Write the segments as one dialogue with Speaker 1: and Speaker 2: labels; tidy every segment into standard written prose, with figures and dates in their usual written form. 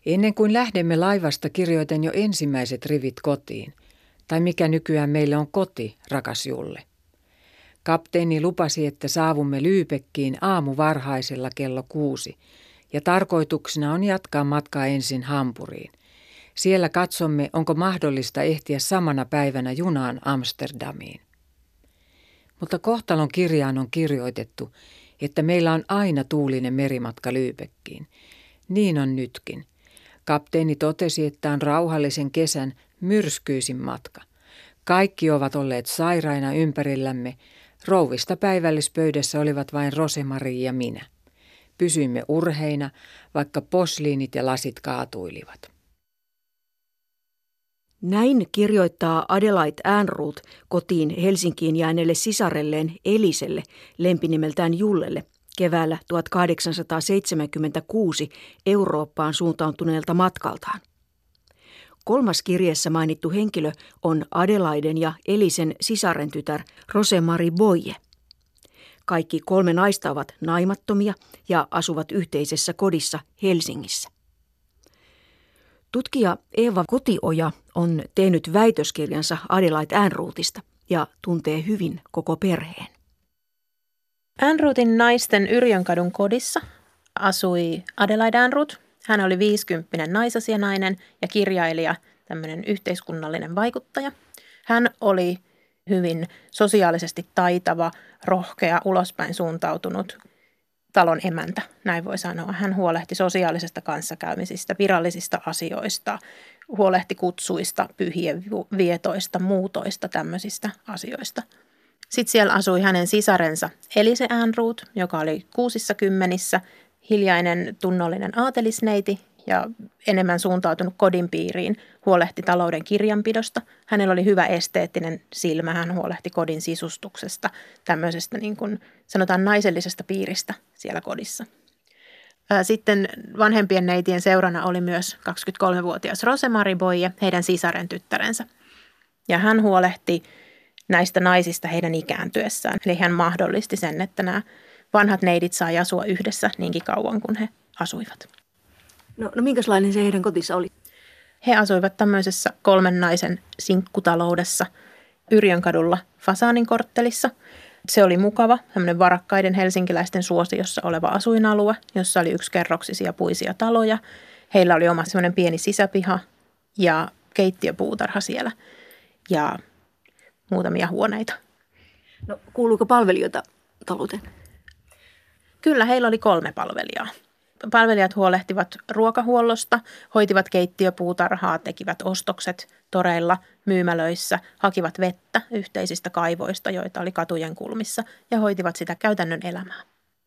Speaker 1: Ennen kuin lähdemme laivasta, kirjoitan jo ensimmäiset rivit kotiin. Tai mikä nykyään meille on koti, rakas Julle. Kapteeni lupasi, että saavumme Lübeckiin aamuvarhaisella kello 6, ja tarkoituksena on jatkaa matkaa ensin Hampuriin. Siellä katsomme, onko mahdollista ehtiä samana päivänä junaan Amsterdamiin. Mutta kohtalon kirjaan on kirjoitettu, että meillä on aina tuulinen merimatka Lübeckiin. Niin on nytkin. Kapteeni totesi, että on rauhallisen kesän myrskyisin matka. Kaikki ovat olleet sairaina ympärillämme. Rouvista päivällispöydässä olivat vain Rosemarie ja minä. Pysyimme urheina, vaikka posliinit ja lasit kaatuilivat.
Speaker 2: Näin kirjoittaa Adelaide Ehrnrooth kotiin Helsinkiin jääneelle sisarelleen Eliselle, lempinimeltään Jullelle, keväällä 1876 Eurooppaan suuntautuneelta matkaltaan. Kolmas kirjeessä mainittu henkilö on Adelaiden ja Elisen sisaren tytär Rosemarie Boye. Kaikki kolme naista ovat naimattomia ja asuvat yhteisessä kodissa Helsingissä. Tutkija Eeva Kotioja on tehnyt väitöskirjansa Adelaide Ehrnroothista ja tuntee hyvin koko perheen.
Speaker 3: Ehrnroothin naisten Yrjönkadun kodissa asui Adelaide Ehrnrooth. Hän oli 50 naisasianainen ja kirjailija, tämmöinen yhteiskunnallinen vaikuttaja. Hän oli hyvin sosiaalisesti taitava, rohkea, ulospäin suuntautunut talon emäntä, näin voi sanoa. Hän huolehti sosiaalisesta kanssakäymisistä, virallisista asioista, huolehti kutsuista, pyhien vietoista, muutoista, tämmöisistä asioista. Sitten siellä asui hänen sisarensa Elise Ehrnrooth, joka oli 60, hiljainen, tunnollinen aatelisneiti ja enemmän suuntautunut kodin piiriin, huolehti talouden kirjanpidosta. Hänellä oli hyvä esteettinen silmä, hän huolehti kodin sisustuksesta, tämmöisestä niin kuin sanotaan naisellisesta piiristä siellä kodissa. Sitten vanhempien neitien seurana oli myös 23-vuotias Rosemarie Boye, heidän sisaren tyttärensä. Ja hän huolehti näistä naisista heidän ikääntyessään. Eli hän mahdollisti sen, että nämä vanhat neidit sai asua yhdessä niinkin kauan kuin he asuivat.
Speaker 2: No minkälainen se heidän kotissa oli?
Speaker 3: He asuivat tämmöisessä 3 naisen sinkkutaloudessa Yrjönkadulla Fasaanin korttelissa. Se oli mukava, tämmöinen varakkaiden helsinkiläisten suosiossa oleva asuinalue, jossa oli yksikerroksisia puisia taloja. Heillä oli oma semmoinen pieni sisäpiha ja keittiöpuutarha siellä ja muutamia huoneita.
Speaker 2: No kuuluuko palvelijoita talouteen?
Speaker 3: Kyllä, heillä oli 3 palvelijaa. Palvelijat huolehtivat ruokahuollosta, hoitivat keittiöpuutarhaa, tekivät ostokset toreilla, myymälöissä, hakivat vettä yhteisistä kaivoista, joita oli katujen kulmissa, ja hoitivat sitä käytännön elämää.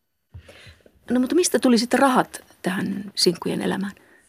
Speaker 2: No mutta mistä tuli sitten rahat tähän sinkkujen elämään?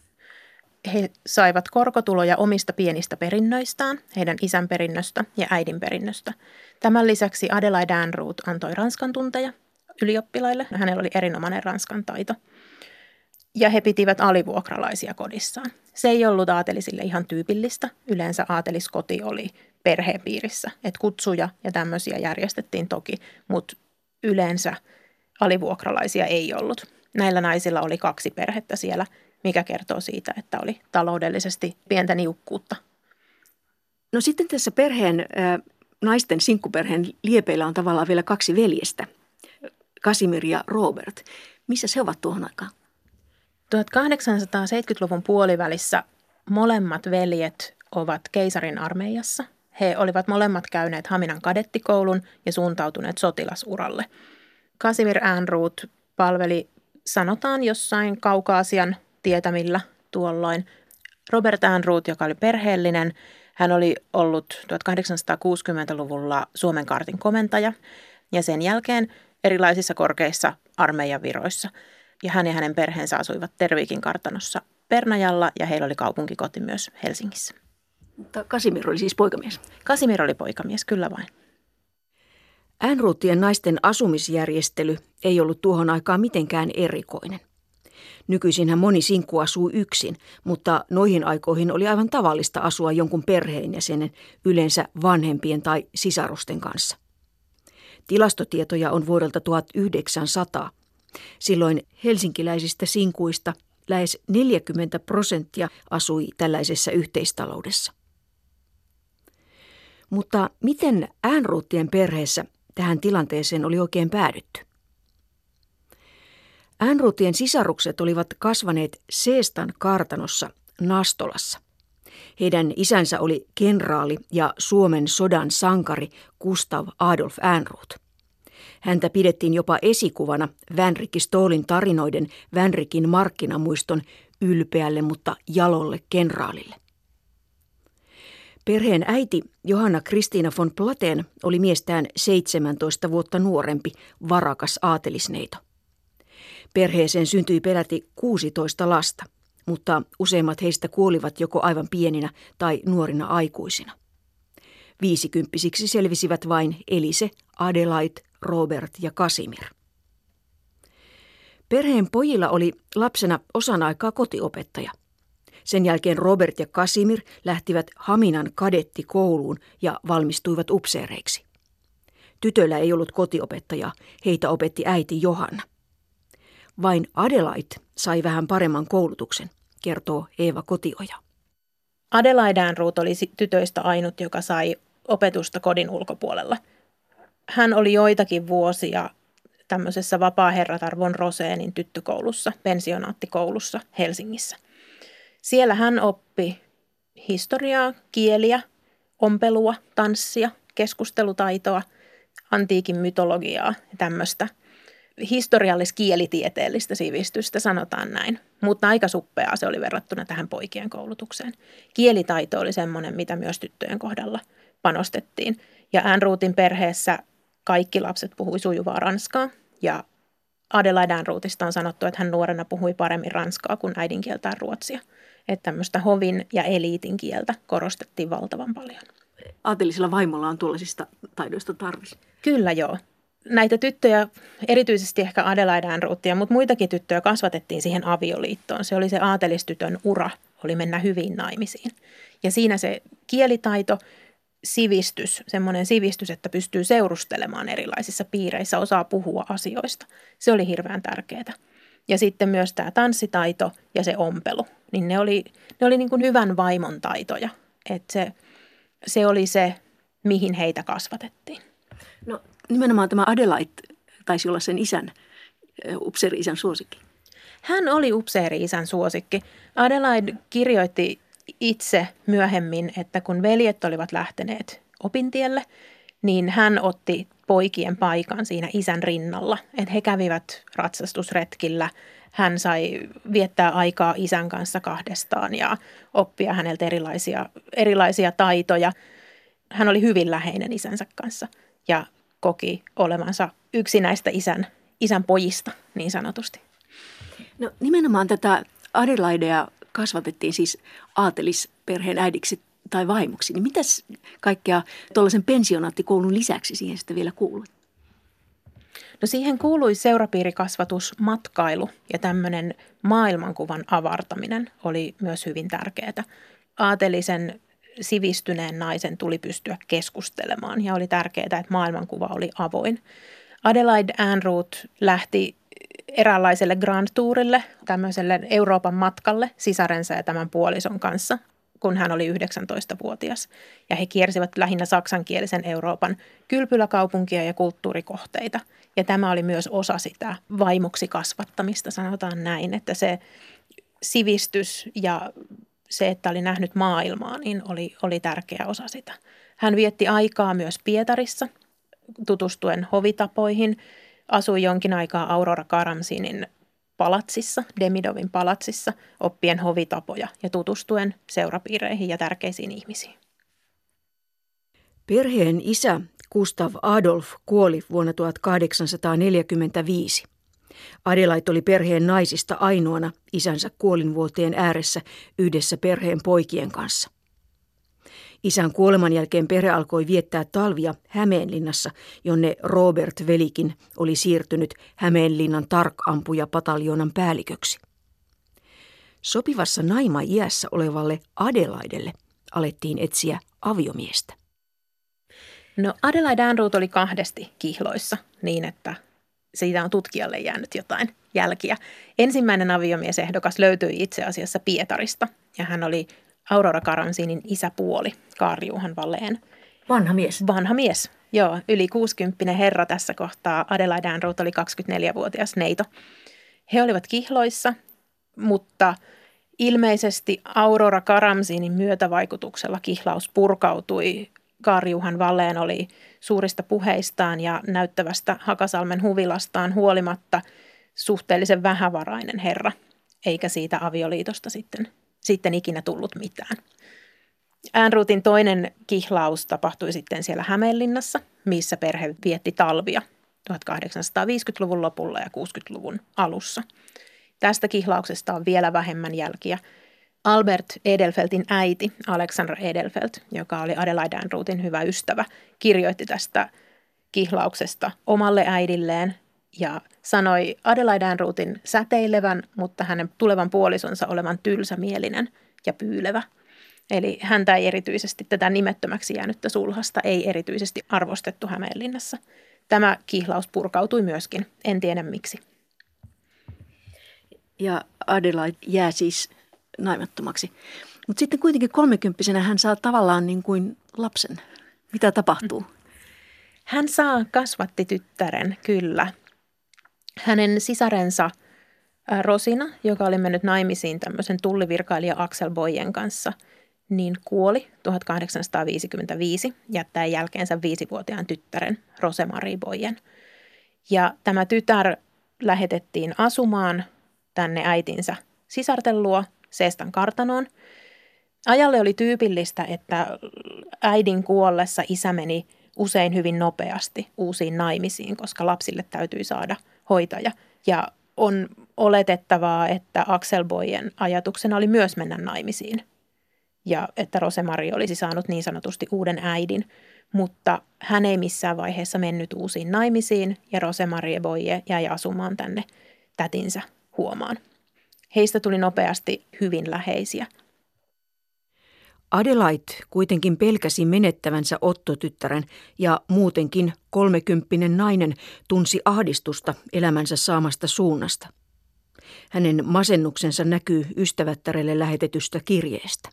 Speaker 3: He saivat korkotuloja omista pienistä perinnöistään, heidän isän perinnöstä ja äidin perinnöstä. Tämän lisäksi Adelaide Ehrnrooth antoi ranskan tunteja ylioppilaille. Hänellä oli erinomainen ranskan taito. Ja he pitivät alivuokralaisia kodissaan. Se ei ollut aatelisille ihan tyypillistä. Yleensä aateliskoti oli perheen piirissä. Et kutsuja ja tämmöisiä järjestettiin toki, mutta yleensä alivuokralaisia ei ollut. Näillä naisilla oli 2 perhettä siellä, mikä kertoo siitä, että oli taloudellisesti pientä niukkuutta.
Speaker 2: No sitten tässä naisten sinkkuperheen liepeillä on tavallaan vielä 2 veljestä, Casimir ja Robert. Missä he ovat tuohon aikaan?
Speaker 3: 1870-luvun puolivälissä molemmat veljet ovat keisarin armeijassa. He olivat molemmat käyneet Haminan kadettikoulun ja suuntautuneet sotilasuralle. Casimir Ehrnrooth palveli sanotaan jossain Kaukaasian tietämillä tuolloin. Robert Ehrnrooth, joka oli perheellinen, hän oli ollut 1860-luvulla Suomen kaartin komentaja ja sen jälkeen erilaisissa korkeissa armeijan viroissa. Ja hän ja hänen perheensä asuivat Terviikin kartanossa Pernajalla ja heillä oli kaupunkikoti myös Helsingissä.
Speaker 2: Mutta Casimir oli siis poikamies?
Speaker 3: Casimir oli poikamies, kyllä vain.
Speaker 2: Ehrnroothien naisten asumisjärjestely ei ollut tuohon aikaan mitenkään erikoinen. Nykyisinhän moni sinkku asuu yksin, mutta noihin aikoihin oli aivan tavallista asua jonkun perheenjäsenen, yleensä vanhempien tai sisarusten kanssa. Tilastotietoja on vuodelta 1900. Silloin helsinkiläisistä sinkuista lähes 40% asui tällaisessa yhteistaloudessa. Mutta miten Ehrnroothin perheessä tähän tilanteeseen oli oikein päädytty? Ehrnroothin sisarukset olivat kasvaneet Seestan kartanossa Nastolassa. Heidän isänsä oli kenraali ja Suomen sodan sankari Gustav Adolf Ehrnrooth. Häntä pidettiin jopa esikuvana Vänrikki Ståhlin tarinoiden Vänrikin markkinamuiston ylpeälle, mutta jalolle kenraalille. Perheen äiti Johanna Kristiina von Platen oli miestään 17 vuotta nuorempi, varakas aatelisneito. Perheeseen syntyi peräti 16 lasta, mutta useimmat heistä kuolivat joko aivan pieninä tai nuorina aikuisina. 50-vuotiaiksi selvisivät vain Elise, Adelaide, Robert ja Casimir. Perheen pojilla oli lapsena osan aikaa kotiopettaja. Sen jälkeen Robert ja Casimir lähtivät Haminan kadettikouluun ja valmistuivat upseereiksi. Tytöillä ei ollut kotiopettajaa, heitä opetti äiti Johanna. Vain Adelaide sai vähän paremman koulutuksen, kertoo Eeva Kotioja.
Speaker 3: Adelaide Ehrnrooth oli tytöistä ainut, joka sai opetusta kodin ulkopuolella. Hän oli joitakin vuosia tämmöisessä vapaaherratar von Rosenin tyttökoulussa, pensionaattikoulussa Helsingissä. Siellä hän oppi historiaa, kieliä, ompelua, tanssia, keskustelutaitoa, antiikin mytologiaa ja tämmöistä historiallis-kielitieteellistä sivistystä, sanotaan näin. Mutta aika suppeaa se oli verrattuna tähän poikien koulutukseen. Kielitaito oli semmoinen, mitä myös tyttöjen kohdalla panostettiin. Ja Ehrnroothin perheessä kaikki lapset puhui sujuvaa ranskaa ja Adelaide Ehrnroothista on sanottu, että hän nuorena puhui paremmin ranskaa kuin äidinkieltään ruotsia. Että tämmöistä hovin ja eliitin kieltä korostettiin valtavan paljon.
Speaker 2: Aatelisella vaimolla on tuollaisista taidoista tarvis.
Speaker 3: Kyllä joo. Näitä tyttöjä, erityisesti ehkä Adelaide Ehrnroothia, mutta muitakin tyttöjä kasvatettiin siihen avioliittoon. Se oli se aatelistytön ura, oli mennä hyviin naimisiin. Ja siinä se kielitaito, sivistys, semmoinen sivistys, että pystyy seurustelemaan erilaisissa piireissä, osaa puhua asioista. Se oli hirveän tärkeää. Ja sitten myös tämä tanssitaito ja se ompelu, niin ne oli niin kuin hyvän vaimon taitoja. Että se oli se, mihin heitä kasvatettiin.
Speaker 2: No nimenomaan tämä Adelaide taisi olla sen isän, upseeri-isän suosikki.
Speaker 3: Hän oli upseeri-isän suosikki. Adelaide kirjoitti itse myöhemmin, että kun veljet olivat lähteneet opintielle, niin hän otti poikien paikan siinä isän rinnalla. Että he kävivät ratsastusretkillä. Hän sai viettää aikaa isän kanssa kahdestaan ja oppia häneltä erilaisia taitoja. Hän oli hyvin läheinen isänsä kanssa ja koki olevansa yksi näistä isän pojista niin sanotusti.
Speaker 2: No nimenomaan tätä Adelaidea kasvatettiin siis aatelisperheen äidiksi tai vaimoksi. Niin mitäs kaikkea tuollaisen pensionaattikoulun lisäksi siihen sitten vielä kuului?
Speaker 3: No siihen kuului seurapiirikasvatus, matkailu ja tämmöinen maailmankuvan avartaminen oli myös hyvin tärkeää. Aatelisen sivistyneen naisen tuli pystyä keskustelemaan ja oli tärkeää, että maailmankuva oli avoin. Adelaide Ehrnrooth lähti eräänlaiselle Grand Tourille, tämmöiselle Euroopan matkalle sisarensa ja tämän puolison kanssa, kun hän oli 19-vuotias. Ja he kiersivät lähinnä saksankielisen Euroopan kylpyläkaupunkia ja kulttuurikohteita. Ja tämä oli myös osa sitä vaimoksi kasvattamista, sanotaan näin, että se sivistys ja se, että oli nähnyt maailmaa, niin oli tärkeä osa sitä. Hän vietti aikaa myös Pietarissa tutustuen hovitapoihin. Asui jonkin aikaa Aurora Karamzinin palatsissa, Demidovin palatsissa, oppien hovitapoja ja tutustuen seurapiireihin ja tärkeisiin ihmisiin.
Speaker 2: Perheen isä Gustav Adolf kuoli vuonna 1845. Adelaide oli perheen naisista ainoana isänsä kuolinvuoteen ääressä yhdessä perheen poikien kanssa. Isän kuoleman jälkeen perhe alkoi viettää talvia Hämeenlinnassa, jonne Robert Velikin oli siirtynyt Hämeenlinnan tarkkampujapataljoonan päälliköksi. Sopivassa naima-iässä olevalle Adelaidelle alettiin etsiä aviomiestä.
Speaker 3: No Adelaide Ehrnrooth oli kahdesti kihloissa niin, että siitä on tutkijalle jäänyt jotain jälkiä. Ensimmäinen aviomiesehdokas löytyi itse asiassa Pietarista ja hän oli Aurora Karamzinin isäpuoli, Kaarl Johan Wallén.
Speaker 2: Vanha mies.
Speaker 3: Vanha mies, joo. Yli 60 herra tässä kohtaa. Adelaide Ehrnrooth oli 24-vuotias neito. He olivat kihloissa, mutta ilmeisesti Aurora Karamzinin myötävaikutuksella kihlaus purkautui. Kaarl Johan Wallén oli suurista puheistaan ja näyttävästä Hakasalmen huvilastaan huolimatta suhteellisen vähävarainen herra, eikä siitä avioliitosta sitten ikinä tullut mitään. Ehrnroothin toinen kihlaus tapahtui sitten siellä Hämeenlinnassa, missä perhe vietti talvia 1850-luvun lopulla ja 60-luvun alussa. Tästä kihlauksesta on vielä vähemmän jälkiä. Albert Edelfeltin äiti, Alexandra Edelfelt, joka oli Adelaide Ehrnroothin hyvä ystävä, kirjoitti tästä kihlauksesta omalle äidilleen ja sanoi Adelaide Ehrnroothin säteilevän, mutta hänen tulevan puolisonsa olevan tylsämielinen ja pyylevä. Eli häntä ei erityisesti, tätä nimettömäksi jäänyttä sulhasta, ei erityisesti arvostettu Hämeenlinnassa. Tämä kihlaus purkautui myöskin, en tiedä miksi.
Speaker 2: Ja Adelaide jää siis naimattomaksi. Mutta sitten kuitenkin 30-vuotiaana hän saa tavallaan niin kuin lapsen. Mitä tapahtuu?
Speaker 3: Hän saa kasvattityttären, kyllä. Hänen sisarensa Rosina, joka oli mennyt naimisiin tämmöisen tullivirkailija Axel Boyen kanssa, niin kuoli 1855 jättäen jälkeensä 5-vuotiaan tyttären Rosemarie Boyen. Ja tämä tytär lähetettiin asumaan tänne äitinsä sisarten luo Seestan kartanoon. Ajalle oli tyypillistä, että äidin kuollessa isä meni usein hyvin nopeasti uusiin naimisiin, koska lapsille täytyi saada hoitaja. Ja on oletettavaa, että Axel Boyen ajatuksena oli myös mennä naimisiin ja että Rosemarie olisi saanut niin sanotusti uuden äidin, mutta hän ei missään vaiheessa mennyt uusiin naimisiin ja Rosemarie Boye jäi asumaan tänne tätinsä huomaan. Heistä tuli nopeasti hyvin läheisiä.
Speaker 2: Adelaide kuitenkin pelkäsi menettävänsä Otto-tyttären ja muutenkin 30 nainen tunsi ahdistusta elämänsä saamasta suunnasta. Hänen masennuksensa näkyy ystävättärelle lähetetystä kirjeestä.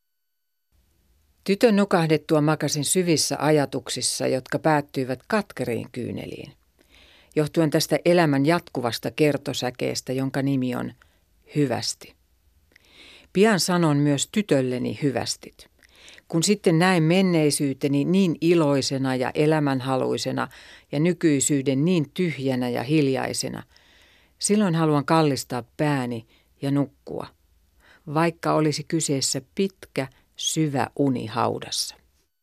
Speaker 1: Tytön nukahdettua makasin syvissä ajatuksissa, jotka päättyivät katkeriin kyyneliin, johtuen tästä elämän jatkuvasta kertosäkeestä, jonka nimi on hyvästi. Pian sanon myös tytölleni hyvästit. Kun sitten näen menneisyyteni niin iloisena ja elämänhaluisena ja nykyisyyden niin tyhjänä ja hiljaisena, silloin haluan kallistaa pääni ja nukkua, vaikka olisi kyseessä pitkä, syvä uni haudassa.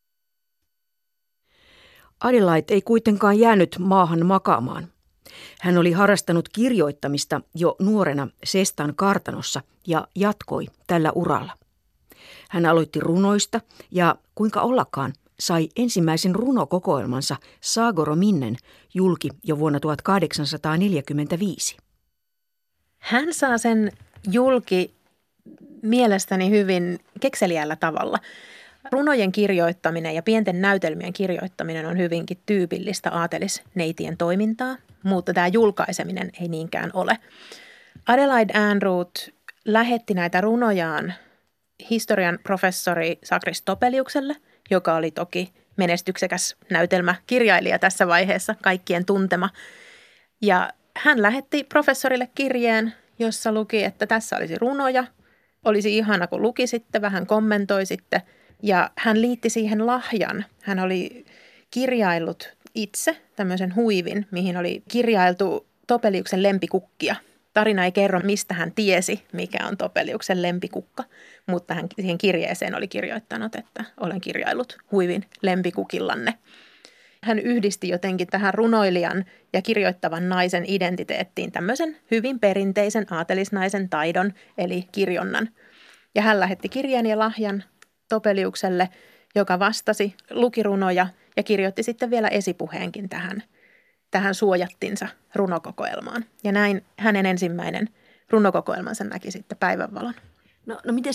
Speaker 2: Adelaide ei kuitenkaan jäänyt maahan makaamaan. Hän oli harrastanut kirjoittamista jo nuorena Seestan kartanossa ja jatkoi tällä uralla. Hän aloitti runoista ja kuinka ollakaan sai ensimmäisen runokokoelmansa Saagorominnen julki jo vuonna 1845.
Speaker 3: Hän saa sen julki mielestäni hyvin kekseliällä tavalla. Runojen kirjoittaminen ja pienten näytelmien kirjoittaminen on hyvinkin tyypillistä aatelisneitien toimintaa, mutta tämä julkaiseminen ei niinkään ole. Adelaide Ehrnrooth lähetti näitä runojaan historian professori Sakris Topeliukselle, joka oli toki menestyksekäs näytelmäkirjailija tässä vaiheessa, kaikkien tuntema. Ja hän lähetti professorille kirjeen, jossa luki, että tässä olisi runoja. Olisi ihana, kun lukisitte, vähän kommentoisitte. Ja hän liitti siihen lahjan. Hän oli kirjaillut itse tämmöisen huivin, mihin oli kirjailtu Topeliuksen lempikukkia. Tarina ei kerro, mistä hän tiesi, mikä on Topeliuksen lempikukka, mutta hän siihen kirjeeseen oli kirjoittanut, että olen kirjaillut huivin lempikukillanne. Hän yhdisti jotenkin tähän runoilijan ja kirjoittavan naisen identiteettiin tämmöisen hyvin perinteisen aatelisnaisen taidon, eli kirjonnan. Ja hän lähetti kirjeen ja lahjan Topeliukselle, joka vastasi, luki runoja ja kirjoitti sitten vielä esipuheenkin tähän suojattinsa runokokoelmaan. Ja näin hänen ensimmäinen runokokoelmansa näki sitten päivänvalon.
Speaker 2: No miten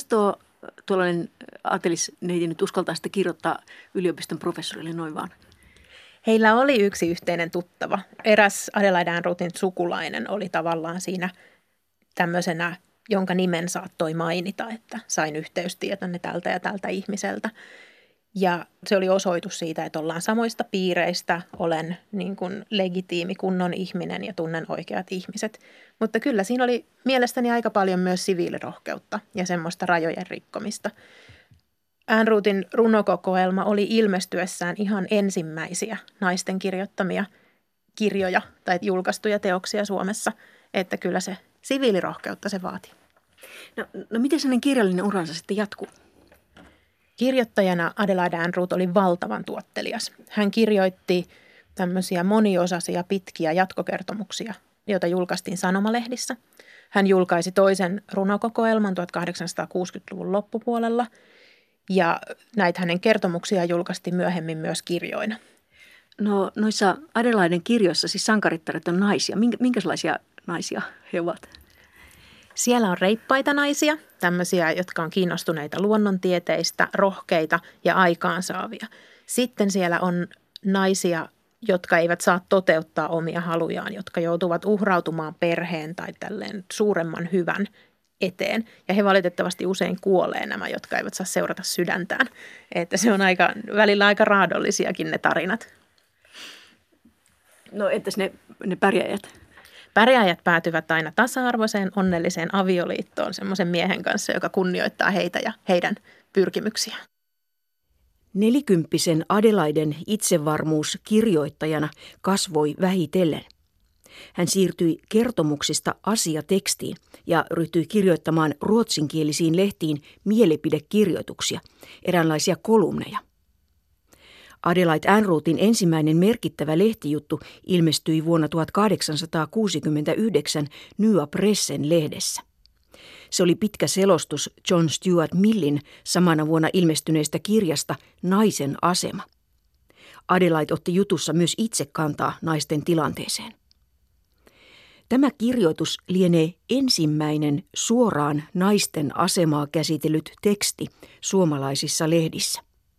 Speaker 2: tuollainen aatelisneiti nyt uskaltaa sitä kirjoittaa yliopiston professorille noin vaan?
Speaker 3: Heillä oli yksi yhteinen tuttava. Eräs Adelaide Ehrnrothin sukulainen oli tavallaan siinä tämmöisenä, jonka nimen saattoi mainita, että sain yhteystietonne tältä ja tältä ihmiseltä. Ja se oli osoitus siitä, että ollaan samoista piireistä, olen niin kuin legitiimi kunnon ihminen ja tunnen oikeat ihmiset. Mutta kyllä siinä oli mielestäni aika paljon myös siviilirohkeutta ja semmoista rajojen rikkomista. Ehrnrothin runokokoelma oli ilmestyessään ihan ensimmäisiä naisten kirjoittamia kirjoja tai julkaistuja teoksia Suomessa, että kyllä se siviilirohkeutta se vaati.
Speaker 2: No miten hänen kirjallinen uransa sitten jatkuu?
Speaker 3: Kirjoittajana Adelaide Ehrnroth oli valtavan tuottelias. Hän kirjoitti tämmöisiä moniosaisia pitkiä jatkokertomuksia, joita julkaistiin sanomalehdissä. Hän julkaisi toisen runokokoelman 1860-luvun loppupuolella ja näitä hänen kertomuksia julkaistiin myöhemmin myös kirjoina.
Speaker 2: No noissa Adelaiden kirjoissa siis sankarittaret on naisia. Minkälaisia naisia he ovat?
Speaker 3: Siellä on reippaita naisia, tämmöisiä, jotka on kiinnostuneita luonnontieteistä, rohkeita ja aikaansaavia. Sitten siellä on naisia, jotka eivät saa toteuttaa omia halujaan, jotka joutuvat uhrautumaan perheen tai tälleen suuremman hyvän eteen. Ja he valitettavasti usein kuolee nämä, jotka eivät saa seurata sydäntään. Että se on välillä aika raadollisiakin ne tarinat.
Speaker 2: No entäs ne pärjääjät?
Speaker 3: Pärjääjät päätyvät aina tasa-arvoiseen, onnelliseen avioliittoon semmoisen miehen kanssa, joka kunnioittaa heitä ja heidän pyrkimyksiään.
Speaker 2: 40-vuotiaan Adelaiden itsevarmuus kirjoittajana kasvoi vähitellen. Hän siirtyi kertomuksista asiatekstiin ja ryhtyi kirjoittamaan ruotsinkielisiin lehtiin mielipidekirjoituksia, eräänlaisia kolumneja. Adelaide Ehrnrothin ensimmäinen merkittävä lehtijuttu ilmestyi vuonna 1869 Nya Pressen lehdessä. Se oli pitkä selostus John Stuart Millin samana vuonna ilmestyneestä kirjasta Naisen asema. Adelaide otti jutussa myös itse kantaa naisten tilanteeseen. Tämä kirjoitus lienee ensimmäinen suoraan naisten asemaa käsitellyt teksti suomalaisissa lehdissä.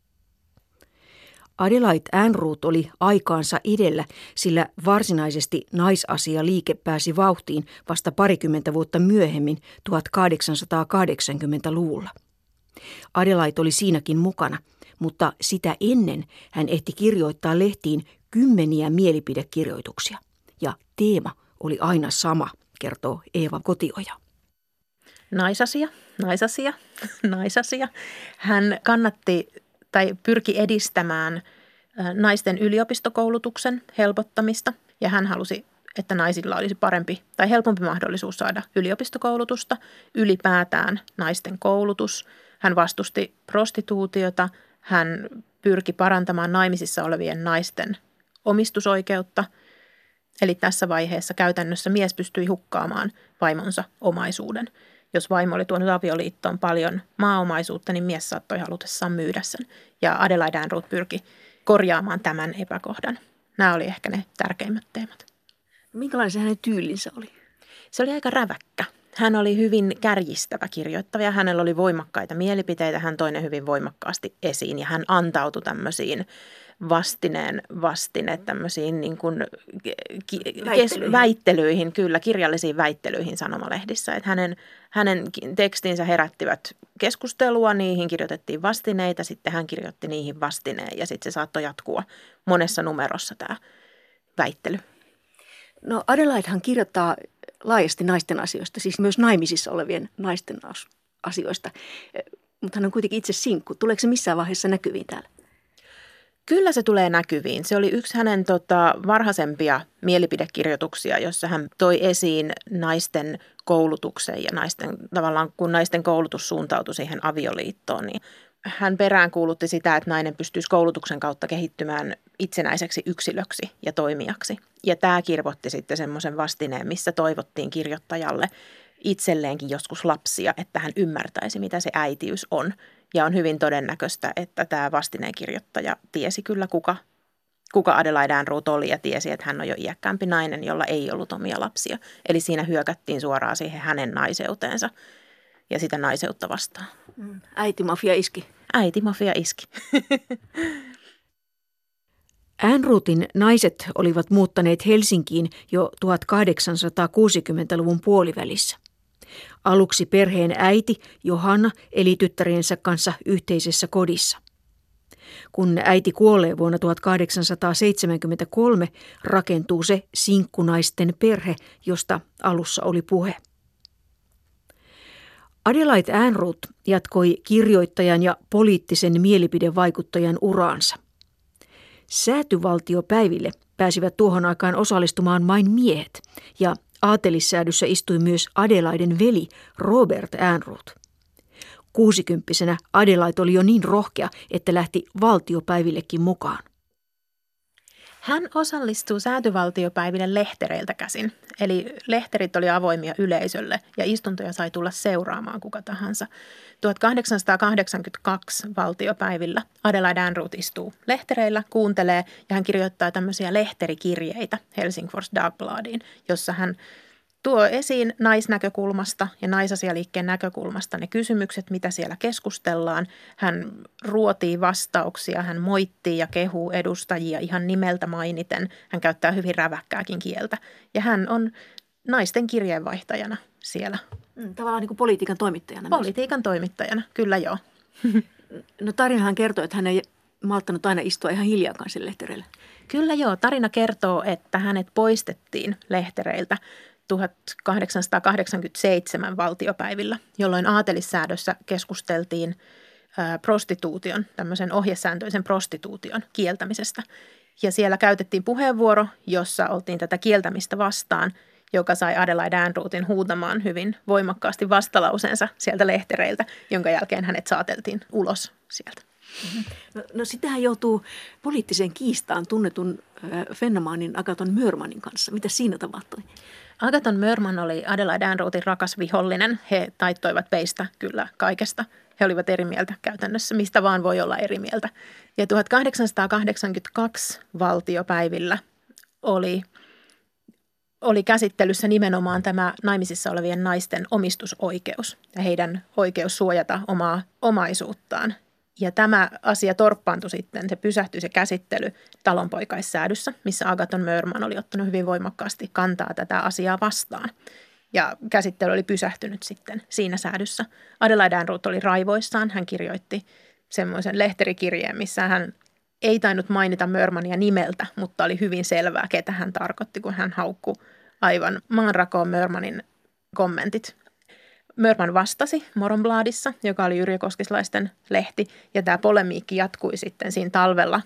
Speaker 2: Adelaide Ehrnroth oli aikaansa edellä, sillä varsinaisesti naisasialiike pääsi vauhtiin vasta parikymmentä vuotta myöhemmin 1880-luvulla. Adelaide oli siinäkin mukana, mutta sitä ennen hän ehti kirjoittaa lehtiin 10 mielipidekirjoituksia. Ja teema oli aina sama, kertoo Eeva Kotioja.
Speaker 3: Naisasia, naisasia, naisasia. Hän kannatti tai pyrki edistämään naisten yliopistokoulutuksen helpottamista ja hän halusi, että naisilla olisi parempi tai helpompi mahdollisuus saada yliopistokoulutusta, ylipäätään naisten koulutus. Hän vastusti prostituutiota, hän pyrki parantamaan naimisissa olevien naisten omistusoikeutta. Eli tässä vaiheessa käytännössä mies pystyi hukkaamaan vaimonsa omaisuuden. Jos vaimo oli tuonut avioliittoon paljon maaomaisuutta, niin mies saattoi halutessaan myydä sen. Ja Adelaide Ehrnroth pyrki korjaamaan tämän epäkohdan. Nämä oli ehkä ne tärkeimmät teemat.
Speaker 2: Minkälainen se hänen tyylinsä oli?
Speaker 3: Se oli aika räväkkä. Hän oli hyvin kärjistävä kirjoittaja. Hänellä oli voimakkaita mielipiteitä. Hän toi ne hyvin voimakkaasti esiin ja hän antautui tämmöisiin tämmöisiin niin kuin väittelyihin, kyllä, kirjallisiin väittelyihin sanomalehdissä. Että hänen tekstinsä herättivät keskustelua, niihin kirjoitettiin vastineita, sitten hän kirjoitti niihin vastineen ja sitten se saattoi jatkua monessa numerossa tämä väittely.
Speaker 2: No Adelaidehan kirjoittaa laajasti naisten asioista, siis myös naimisissa olevien naisten asioista, mutta hän on kuitenkin itse sinkku. Tuleeko se missään vaiheessa näkyviin täällä?
Speaker 3: Kyllä se tulee näkyviin. Se oli yksi hänen varhaisempia mielipidekirjoituksia, jossa hän toi esiin naisten koulutuksen ja kun naisten koulutus suuntautui siihen avioliittoon, niin hän peräänkuulutti sitä, että nainen pystyisi koulutuksen kautta kehittymään itsenäiseksi yksilöksi ja toimijaksi. Ja tämä kirvoitti sitten semmoisen vastineen, missä toivottiin kirjoittajalle itselleenkin joskus lapsia, että hän ymmärtäisi, mitä se äitiys on. Ja on hyvin todennäköistä, että tämä vastineen kirjoittaja tiesi kyllä, kuka Adelaide Ehrnroth oli ja tiesi, että hän on jo iäkkäämpi nainen, jolla ei ollut omia lapsia. Eli siinä hyökättiin suoraan siihen hänen naiseuteensa ja sitä naiseutta vastaan.
Speaker 2: Äitimafia iski.
Speaker 3: Äitimafia iski.
Speaker 2: Ehrnroothin naiset olivat muuttaneet Helsinkiin jo 1860-luvun puolivälissä. Aluksi perheen äiti Johanna eli tyttäriensä kanssa yhteisessä kodissa. Kun äiti kuolee vuonna 1873, rakentuu se sinkkunaisten perhe, josta alussa oli puhe. Adelaide Ehrnrooth jatkoi kirjoittajan ja poliittisen mielipidevaikuttajan uraansa. Säätyvaltiopäiville pääsivät tuohon aikaan osallistumaan vain miehet, ja aatelissäädyssä istui myös Adelaiden veli Robert Ehrnrooth. 60-vuotiaana Adelaide oli jo niin rohkea, että lähti valtiopäivillekin mukaan.
Speaker 3: Hän osallistuu säätyvaltiopäiville lehtereiltä käsin, eli lehterit oli avoimia yleisölle ja istuntoja sai tulla seuraamaan kuka tahansa. 1882 valtiopäivillä Adelaide Ehrnrooth istuu lehtereillä, kuuntelee ja hän kirjoittaa tämmöisiä lehterikirjeitä Helsingfors Dagbladiin, jossa hän tuo esiin naisnäkökulmasta ja naisasialiikkeen näkökulmasta ne kysymykset, mitä siellä keskustellaan. Hän ruotii vastauksia, hän moittii ja kehuu edustajia ihan nimeltä mainiten. Hän käyttää hyvin räväkkääkin kieltä ja hän on naisten kirjeenvaihtajana siellä.
Speaker 2: Tavallaan niin kuin politiikan toimittajana.
Speaker 3: Politiikan toimittajana, kyllä joo.
Speaker 2: No tarinahan kertoo, että hän ei malttanut aina istua ihan hiljaakaan sille lehtereille.
Speaker 3: Kyllä joo, tarina kertoo, että hänet poistettiin lehtereiltä 1887 valtiopäivillä, jolloin aatelissäädössä keskusteltiin prostituution, tämmöisen ohjesääntöisen prostituution kieltämisestä. Ja siellä käytettiin puheenvuoro, jossa oltiin tätä kieltämistä vastaan, joka sai Adelaide Ehrnroothin huutamaan hyvin voimakkaasti vastalauseensa sieltä lehtereiltä, jonka jälkeen hänet saateltiin ulos sieltä.
Speaker 2: No sitähän joutuu poliittiseen kiistaan tunnetun fennomaanin Agaton Mörmanin kanssa. Mitä siinä tapahtui?
Speaker 3: Agaton Mörman oli Adelaide Ehrnroothin rakas vihollinen. He taittoivat peistä kyllä kaikesta. He olivat eri mieltä käytännössä, mistä vaan voi olla eri mieltä. Ja 1882 valtiopäivillä oli käsittelyssä nimenomaan tämä naimisissa olevien naisten omistusoikeus ja heidän oikeus suojata omaa omaisuuttaan. Ja tämä asia torppaantui sitten, se pysähtyi se käsittely talonpoikaissäädyssä, missä Agaton Mörman oli ottanut hyvin voimakkaasti kantaa tätä asiaa vastaan. Ja käsittely oli pysähtynyt sitten siinä säädyssä. Adelaide Ehrnrooth oli raivoissaan, hän kirjoitti semmoisen lehterikirjeen, missä hän ei tainnut mainita Mörmania nimeltä, mutta oli hyvin selvää, ketä hän tarkoitti, kun hän haukkui aivan maanrakoon Mörmanin kommentit. Mörman vastasi Morgonbladissa, joka oli yrjökoskislaisten lehti, ja tämä polemiikki jatkui sitten siinä talvella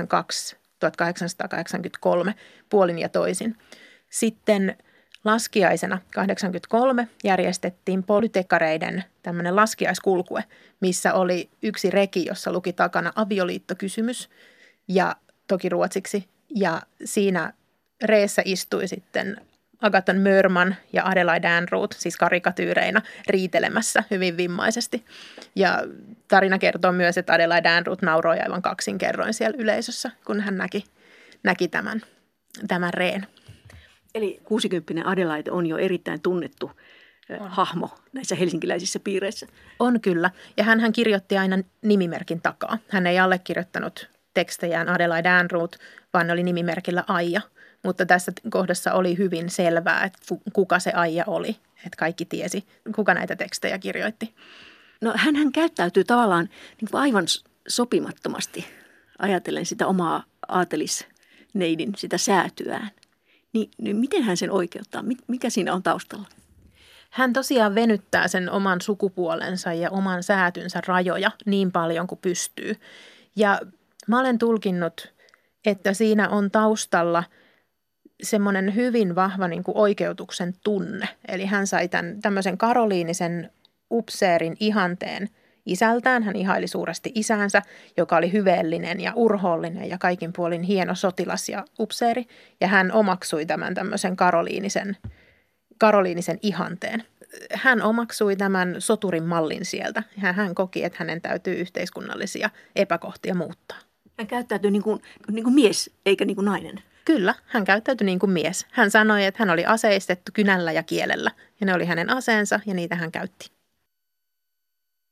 Speaker 3: 1883 puolin ja toisin. Sitten laskiaisena 1983 järjestettiin polytekareiden tämmöinen laskiaiskulkue, missä oli yksi reki, jossa luki takana avioliittokysymys ja toki ruotsiksi. Ja siinä reessä istui sitten Agaton Mörman ja Adelaide Ehrnrooth, siis karikatyyreina, riitelemässä hyvin vimmaisesti. Ja tarina kertoo myös, että Adelaide Ehrnrooth nauroi aivan kaksinkerroin siellä yleisössä, kun hän näki tämän reen.
Speaker 2: Eli 60 Adelaide on jo erittäin tunnettu hahmo näissä helsinkiläisissä piireissä.
Speaker 3: On kyllä. Ja hän kirjoitti aina nimimerkin takaa. Hän ei allekirjoittanut tekstejään Adelaide Ehrnrooth, vaan ne oli nimimerkillä Aija. Mutta tässä kohdassa oli hyvin selvää, että kuka se Aija oli. Että kaikki tiesi, kuka näitä tekstejä kirjoitti.
Speaker 2: No hän käyttäytyy tavallaan niin kuin aivan sopimattomasti ajatellen sitä omaa aatelisneidin, sitä säätyään. Niin miten hän sen oikeuttaa? Mikä siinä on taustalla?
Speaker 3: Hän tosiaan venyttää sen oman sukupuolensa ja oman säätynsä rajoja niin paljon kuin pystyy. Ja mä olen tulkinnut, että siinä on taustalla semmoinen hyvin vahva niin kuin oikeutuksen tunne. Eli hän sai tämmöisen karoliinisen upseerin ihanteen isältään. Hän ihaili suuresti isäänsä, joka oli hyveellinen ja urhoollinen ja kaikin puolin hieno sotilas ja upseeri. Ja hän omaksui tämän tämmöisen karoliinisen ihanteen. Hän omaksui tämän soturin mallin sieltä. Hän koki, että hänen täytyy yhteiskunnallisia epäkohtia muuttaa.
Speaker 2: Hän käyttäytyi niin kuin mies eikä niin kuin nainen.
Speaker 3: Kyllä, hän käyttäytyi niin kuin mies. Hän sanoi, että hän oli aseistettu kynällä ja kielellä. Ja ne oli hänen aseensa ja niitä hän käytti.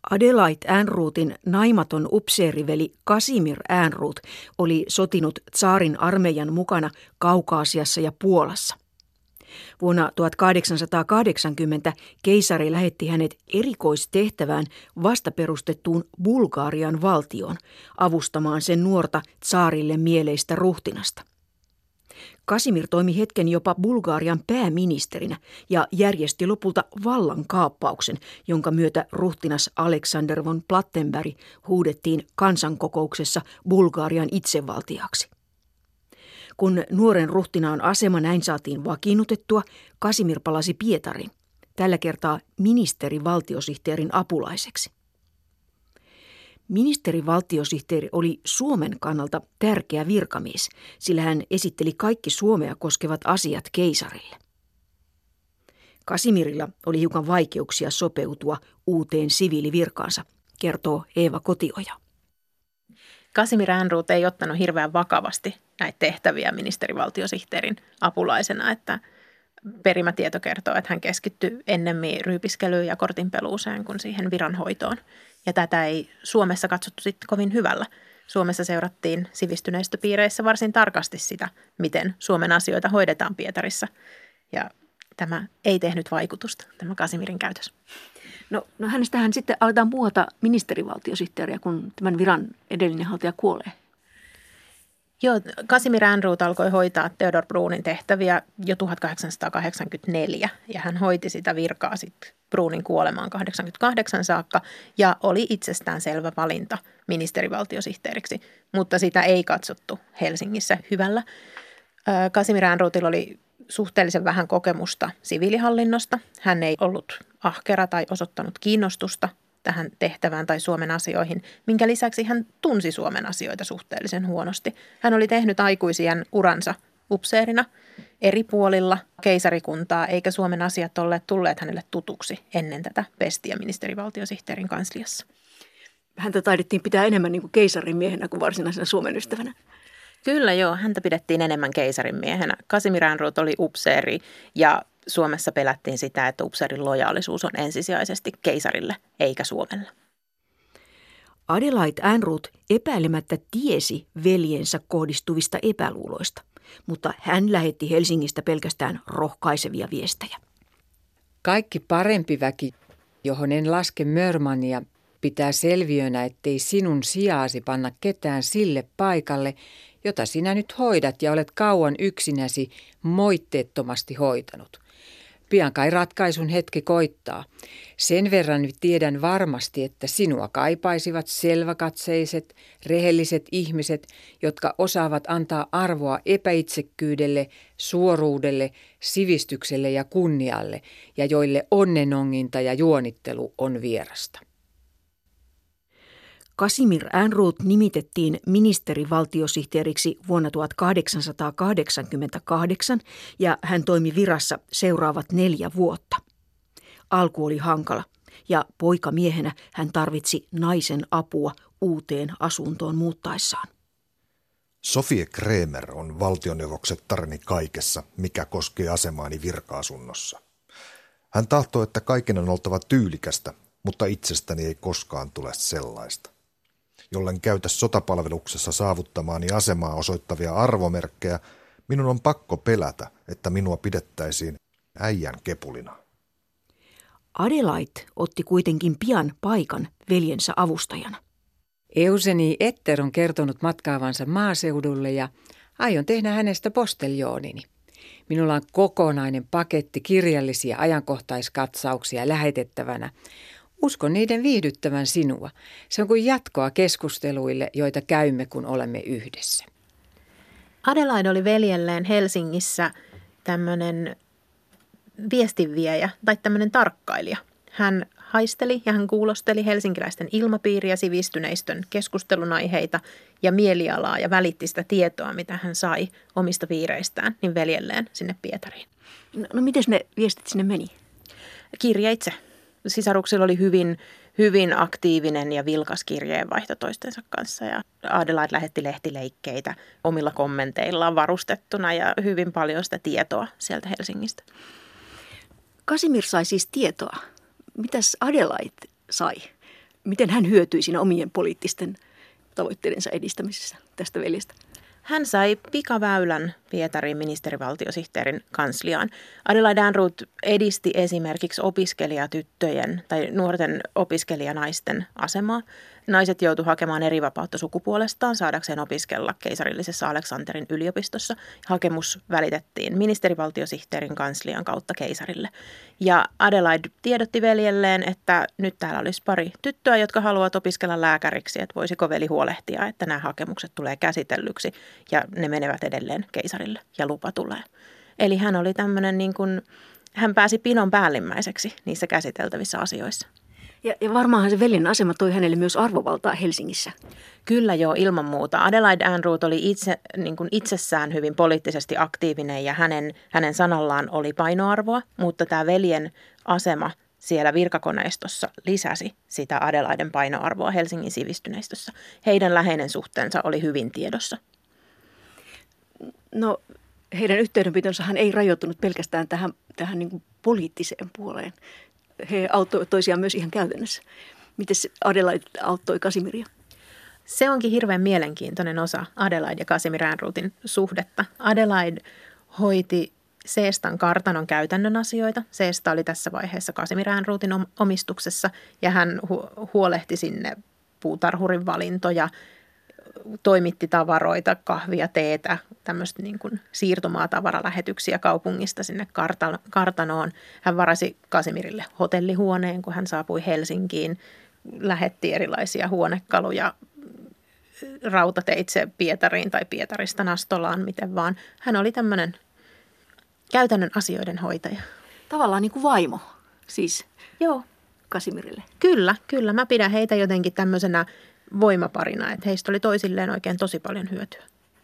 Speaker 2: Adelaide Ehrnroothin naimaton upseeriveli Kasimir Ehrnrooth oli sotinut tsaarin armeijan mukana Kaukaasiassa ja Puolassa. Vuonna 1880 keisari lähetti hänet erikoistehtävään vastaperustettuun Bulgarian valtioon avustamaan sen nuorta tsaarille mieleistä ruhtinasta. Kasimir toimi hetken jopa Bulgarian pääministerinä ja järjesti lopulta vallankaappauksen, jonka myötä ruhtinas Alexander von Plattenberg huudettiin kansankokouksessa Bulgarian itsevaltiaksi. Kun nuoren ruhtinaan asema näin saatiin vakiinnutettua, Kasimir palasi Pietariin, tällä kertaa ministerivaltiosihteerin apulaiseksi. Ministerivaltiosihteeri oli Suomen kannalta tärkeä virkamies, sillä hän esitteli kaikki Suomea koskevat asiat keisarille. Kasimirilla oli hiukan vaikeuksia sopeutua uuteen siviilivirkaansa, kertoo Eeva Kotioja.
Speaker 3: Kasimir Ehrnrooth ei ottanut hirveän vakavasti näitä tehtäviä ministerivaltiosihteerin apulaisena, että perimätieto kertoo, että hän keskittyi ennemmin ryypiskelyyn ja kortinpeluuseen kuin siihen viranhoitoon. Ja tätä ei Suomessa katsottu sitten kovin hyvällä. Suomessa seurattiin sivistyneistöpiireissä varsin tarkasti sitä, miten Suomen asioita hoidetaan Pietarissa. Ja tämä ei tehnyt vaikutusta, tämä Kasimirin käytös.
Speaker 2: No hänestähän sitten aletaan muota ministerivaltiosihteeriä, kun tämän viran edellinen haltija kuolee.
Speaker 3: Joo, Kasimir Ehrnrooth alkoi hoitaa Theodor Bruunin tehtäviä jo 1884 ja hän hoiti sitä virkaa sitten Bruunin kuolemaan 88 saakka ja oli itsestään selvä valinta ministerivaltiosihteeriksi, mutta sitä ei katsottu Helsingissä hyvällä. Kasimir Ehrnroothilla oli suhteellisen vähän kokemusta siviilihallinnosta. Hän ei ollut ahkera tai osoittanut kiinnostusta tähän tehtävään tai Suomen asioihin, minkä lisäksi hän tunsi Suomen asioita suhteellisen huonosti. Hän oli tehnyt aikuisien uransa upseerina eri puolilla keisarikuntaa, eikä Suomen asiat olleet tulleet hänelle tutuksi ennen tätä pestiä ministerivaltiosihteerin kansliassa.
Speaker 2: Häntä taidettiin pitää enemmän niin kuin keisarin miehenä kuin varsinaisena Suomen ystävänä.
Speaker 3: Kyllä joo, häntä pidettiin enemmän keisarin miehenä. Kasimir Ehrnrooth oli upseeri ja Suomessa pelättiin sitä, että upseerin lojaalisuus on ensisijaisesti keisarille eikä Suomelle.
Speaker 2: Adelaide Ehrnrooth epäilemättä tiesi veljensä kohdistuvista epäluuloista, mutta hän lähetti Helsingistä pelkästään rohkaisevia viestejä.
Speaker 1: Kaikki parempi väki, johon en laske Mörmania, pitää selviönä, ettei sinun sijaasi panna ketään sille paikalle, jota sinä nyt hoidat ja olet kauan yksinäsi moitteettomasti hoitanut. Pian kai ratkaisun hetki koittaa. Sen verran nyt tiedän varmasti, että sinua kaipaisivat selväkatseiset, rehelliset ihmiset, jotka osaavat antaa arvoa epäitsekkyydelle, suoruudelle, sivistykselle ja kunnialle, ja joille onnenonginta ja juonittelu on vierasta.
Speaker 2: Kasimir Ehrnrooth nimitettiin ministerivaltiosihteeriksi vuonna 1888 ja hän toimi virassa seuraavat 4 vuotta. Alku oli hankala ja poikamiehenä hän tarvitsi naisen apua uuteen asuntoon muuttaessaan.
Speaker 4: Sofie Kremer on valtioneuvoksettareni kaikessa, mikä koskee asemaani virka-asunnossa. Hän tahtoo, että kaiken on oltava tyylikästä, mutta itsestäni ei koskaan tule sellaista. Jollen käytä sotapalveluksessa saavuttamaani asemaa osoittavia arvomerkkejä, minun on pakko pelätä, että minua pidettäisiin äijän kepulina.
Speaker 2: Adelaide otti kuitenkin pian paikan veljensä avustajana.
Speaker 1: Eugenie Etter on kertonut matkaavansa maaseudulle ja aion tehdä hänestä posteljoonini. Minulla on kokonainen paketti kirjallisia ajankohtaiskatsauksia lähetettävänä. Uskon niiden viihdyttävän sinua. Se on kuin jatkoa keskusteluille, joita käymme, kun olemme yhdessä.
Speaker 3: Adelaide oli veljelleen Helsingissä tämmöinen viestinviejä tai tämmöinen tarkkailija. Hän haisteli ja hän kuulosteli helsinkiläisten ilmapiiriä, sivistyneistön keskustelunaiheita ja mielialaa ja välitti sitä tietoa, mitä hän sai omista piireistään, niin veljelleen sinne Pietariin.
Speaker 2: No miten ne viestit sinne meni?
Speaker 3: Kirjeitse. Sisaruksilla oli hyvin aktiivinen ja vilkas kirjeenvaihto toistensa kanssa ja Adelaide lähetti lehtileikkeitä omilla kommenteillaan varustettuna ja hyvin paljon sitä tietoa sieltä Helsingistä.
Speaker 2: Kasimir sai siis tietoa. Mitäs Adelaide sai? Miten hän hyötyi siinä omien poliittisten tavoitteidensa edistämisessä tästä veljestä?
Speaker 3: Hän sai pikaväylän Pietariin ministerivaltiosihteerin kansliaan. Adelaide Ehrnrooth edisti esimerkiksi opiskelijatyttöjen tai nuorten opiskelijanaisten asemaa. Naiset joutuivat hakemaan erivapautta sukupuolestaan saadakseen opiskella keisarillisessa Aleksanterin yliopistossa. Hakemus välitettiin ministerivaltiosihteerin kanslian kautta keisarille. Ja Adelaide tiedotti veljelleen, että nyt täällä olisi pari tyttöä, jotka haluavat opiskella lääkäriksi, että voisiko veli huolehtia, että nämä hakemukset tulee käsitellyksi ja ne menevät edelleen keisarille ja lupa tulee. Eli hän oli tämmöinen hän pääsi pinon päällimmäiseksi niissä käsiteltävissä asioissa.
Speaker 2: Ja varmaanhan se veljen asema toi hänelle myös arvovaltaa Helsingissä.
Speaker 3: Kyllä joo, ilman muuta. Adelaide Ehrnrooth oli itsessään hyvin poliittisesti aktiivinen ja hänen sanallaan oli painoarvoa, mutta tämä veljen asema siellä virkakoneistossa lisäsi sitä Adelaiden painoarvoa Helsingin sivistyneistössä. Heidän läheinen suhteensa oli hyvin tiedossa.
Speaker 2: No, heidän yhteydenpitonsahan ei rajoittunut pelkästään tähän niin kuin poliittiseen puoleen. He auttoivat toisiaan myös ihan käytännössä. Miten Adelaide auttoi Casimiria?
Speaker 3: Se onkin hirveän mielenkiintoinen osa Adelaide ja Casimir Ehrnroothin suhdetta. Adelaide hoiti Seestan kartanon käytännön asioita. Seesta oli tässä vaiheessa Casimir Ehrnroothin omistuksessa ja hän huolehti sinne puutarhurin valintoja, toimitti tavaroita, kahvia, teetä, tämmöistä siirtomaatavaralähetyksiä kaupungista sinne kartanoon. Hän varasi Casimirille hotellihuoneen, kun hän saapui Helsinkiin, lähetti erilaisia huonekaluja rautateitse Pietariin tai Pietarista Nastolaan, miten vaan. Hän oli tämmöinen käytännön asioiden hoitaja.
Speaker 2: Tavallaan niin kuin vaimo, siis
Speaker 3: joo,
Speaker 2: Casimirille.
Speaker 3: Kyllä. Mä pidän heitä jotenkin tämmöisenä voimaparina, että heistä oli toisilleen oikein tosi paljon hyötyä.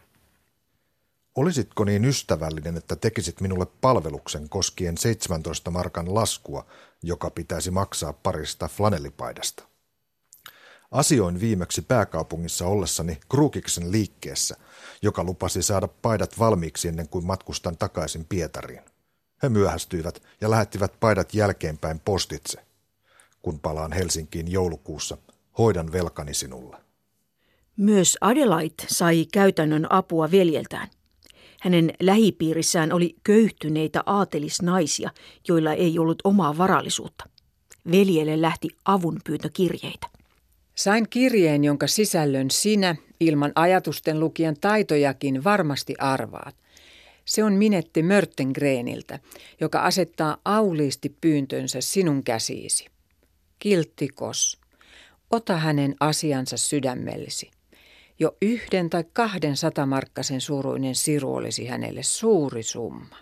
Speaker 4: Olisitko niin ystävällinen, että tekisit minulle palveluksen koskien 17 markan laskua, joka pitäisi maksaa parista flanellipaidasta? Asioin viimeksi pääkaupungissa ollessani Krukiksen liikkeessä, joka lupasi saada paidat valmiiksi ennen kuin matkustan takaisin Pietariin. He myöhästyivät ja lähettivät paidat jälkeenpäin postitse. Kun palaan Helsinkiin joulukuussa, hoidan velkani sinulle.
Speaker 2: Myös Adelaide sai käytännön apua veljeltään. Hänen lähipiirissään oli köyhtyneitä aatelisnaisia, joilla ei ollut omaa varallisuutta. Veljelle lähti avunpyyntokirjeitä.
Speaker 1: Sain kirjeen, jonka sisällön sinä, ilman ajatusten lukijan taitojakin, varmasti arvaat. Se on Minette Mörtengreniltä, joka asettaa auliisti pyyntönsä sinun käsiisi. Kiltti Kos, ota hänen asiansa sydämellesi. Jo 1 tai 2 100-markkasen suuruinen siru olisi hänelle suuri summa.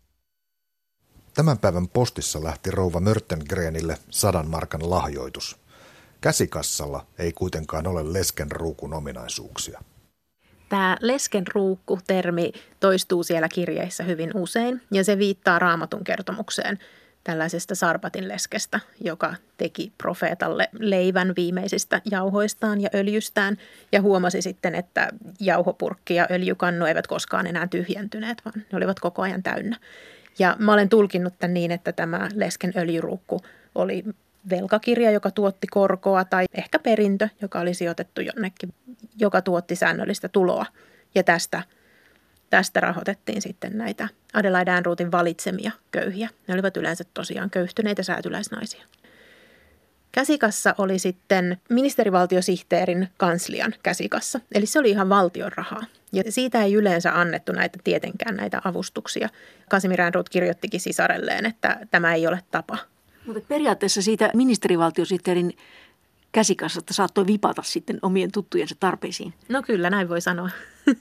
Speaker 4: Tämän päivän postissa lähti rouva Mörtengrenille 100 markan lahjoitus. Käsikassalla ei kuitenkaan ole leskenruukun ominaisuuksia.
Speaker 3: Tämä leskenruukku-termi toistuu siellä kirjeissä hyvin usein ja se viittaa Raamatun kertomukseen tällaisesta Sarbatin leskestä, joka teki profeetalle leivän viimeisistä jauhoistaan ja öljystään ja huomasi sitten, että jauhopurkki ja öljykannu eivät koskaan enää tyhjentyneet, vaan ne olivat koko ajan täynnä. Ja mä olen tulkinnut tämän niin, että tämä lesken öljyruukku oli velkakirja, joka tuotti korkoa tai ehkä perintö, joka oli sijoitettu jonnekin, joka tuotti säännöllistä tuloa. Ja tästä rahoitettiin sitten näitä Adelaide Ehrnroothin valitsemia köyhiä. Ne olivat yleensä tosiaan köyhtyneitä säätyläisnaisia. Käsikassa oli sitten ministerivaltiosihteerin kanslian käsikassa, eli se oli ihan valtion rahaa. Ja siitä ei yleensä annettu tietenkään näitä avustuksia. Casimir Ehrnrooth kirjoittikin sisarelleen, että tämä ei ole tapa.
Speaker 2: Mutta periaatteessa siitä ministerivaltiosihteerin käsikassasta saattoi vipata sitten omien tuttujensa tarpeisiin.
Speaker 3: No kyllä, näin voi sanoa.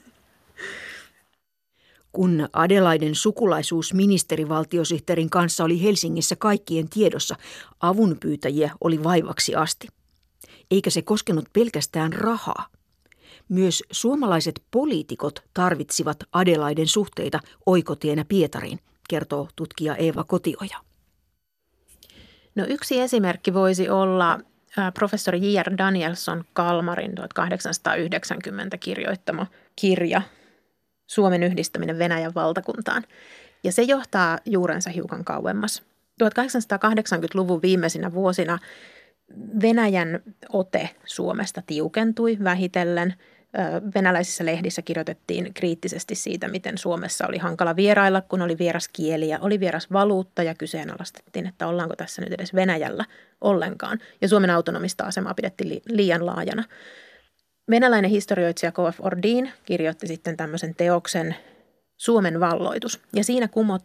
Speaker 2: Kun Adelaiden sukulaisuus ministerivaltiosihteerin kanssa oli Helsingissä kaikkien tiedossa, avunpyytäjiä oli vaivaksi asti. Eikä se koskenut pelkästään rahaa. Myös suomalaiset poliitikot tarvitsivat Adelaiden suhteita oikotienä Pietariin, kertoo tutkija Eeva Kotioja.
Speaker 3: No yksi esimerkki voisi olla professori J.R. Danielson Kalmarin 1890 kirjoittama kirja Suomen yhdistäminen Venäjän valtakuntaan. Ja se johtaa juurensa hiukan kauemmas. 1880-luvun viimeisinä vuosina Venäjän ote Suomesta tiukentui vähitellen. Venäläisissä lehdissä kirjoitettiin kriittisesti siitä, miten Suomessa oli hankala vierailla, kun oli vieras kieli ja oli vieras valuutta ja kyseenalaistettiin, että ollaanko tässä nyt edes Venäjällä ollenkaan. Ja Suomen autonomista asemaa pidettiin liian laajana. Venäläinen historioitsija K.F. Ordin kirjoitti sitten tämmöisen teoksen Suomen valloitus ja siinä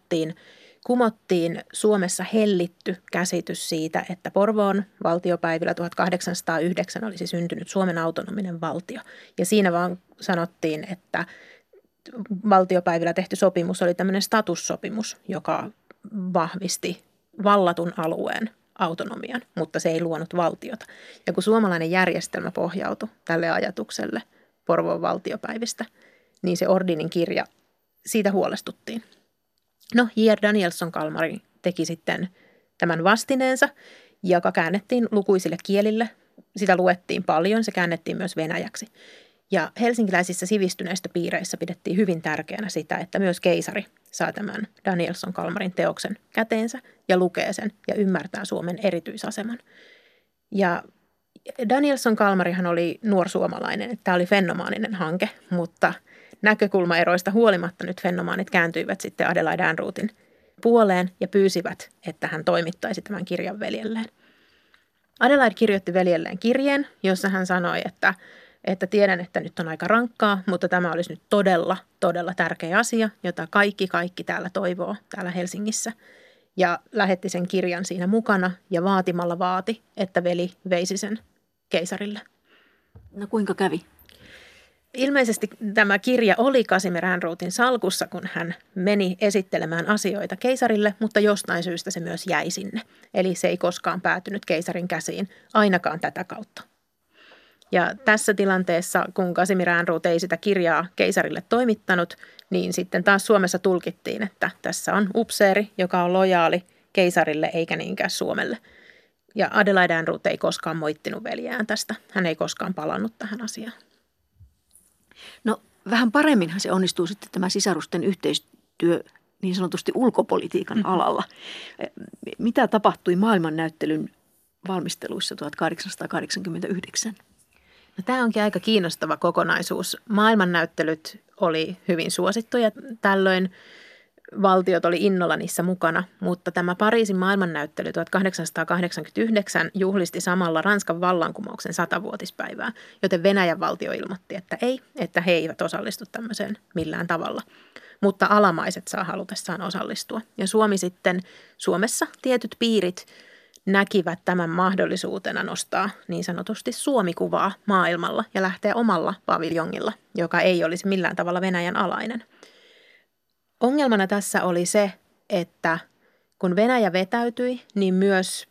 Speaker 3: kumottiin Suomessa hellitty käsitys siitä, että Porvoon valtiopäivillä 1809 olisi syntynyt Suomen autonominen valtio. Ja siinä vaan sanottiin, että valtiopäivillä tehty sopimus oli tämmöinen statussopimus, joka vahvisti vallatun alueen autonomian, mutta se ei luonut valtiota. Ja kun suomalainen järjestelmä pohjautui tälle ajatukselle Porvoon valtiopäivistä, niin se Ordinin kirja, siitä huolestuttiin. No, J.R. Danielsson Kalmari teki sitten tämän vastineensa, joka käännettiin lukuisille kielille. Sitä luettiin paljon, se käännettiin myös venäjäksi. Ja helsinkiläisissä sivistyneissä piireissä pidettiin hyvin tärkeänä sitä, että myös keisari saa tämän Danielsson Kalmarin teoksen käteensä ja lukee sen ja ymmärtää Suomen erityisaseman. Ja Danielsson Kalmarihan oli nuorsuomalainen, että tämä oli fennomaaninen hanke, mutta näkökulmaeroista huolimatta nyt fennomaanit kääntyivät sitten Adelaide Ehrnroothin puoleen ja pyysivät, että hän toimittaisi tämän kirjan veljelleen. Adelaide kirjoitti veljelleen kirjeen, jossa hän sanoi, että tiedän, että nyt on aika rankkaa, mutta tämä olisi nyt todella, todella tärkeä asia, jota kaikki täällä toivoo täällä Helsingissä. Ja lähetti sen kirjan siinä mukana ja vaatimalla vaati, että veli veisi sen keisarille.
Speaker 2: No kuinka kävi?
Speaker 3: Ilmeisesti tämä kirja oli Casimir Ehrnroothin salkussa, kun hän meni esittelemään asioita keisarille, mutta jostain syystä se myös jäi sinne. Eli se ei koskaan päätynyt keisarin käsiin, ainakaan tätä kautta. Ja tässä tilanteessa, kun Casimir Ehrnrooth ei sitä kirjaa keisarille toimittanut, niin sitten taas Suomessa tulkittiin, että tässä on upseeri, joka on lojaali keisarille eikä niinkään Suomelle. Ja Adelaide Ehrnrooth ei koskaan moittinut veljään tästä. Hän ei koskaan palannut tähän asiaan.
Speaker 2: No vähän paremminhan se onnistuu sitten tämä sisarusten yhteistyö niin sanotusti ulkopolitiikan alalla. Mitä tapahtui maailmannäyttelyn valmisteluissa 1889?
Speaker 3: No, tämä onkin aika kiinnostava kokonaisuus. Maailmannäyttelyt oli hyvin suosittuja. Tällöin valtiot oli innolla niissä mukana, mutta tämä Pariisin maailmannäyttely 1889 juhlisti samalla Ranskan vallankumouksen 100-vuotispäivää, joten Venäjän valtio ilmoitti, että he eivät osallistu tämmöiseen millään tavalla. Mutta alamaiset saa halutessaan osallistua. Ja Suomessa tietyt piirit näkivät tämän mahdollisuutena nostaa niin sanotusti Suomi-kuvaa maailmalla ja lähteä omalla paviljongilla, joka ei olisi millään tavalla Venäjän alainen. Ongelmana tässä oli se, että kun Venäjä vetäytyi, niin myös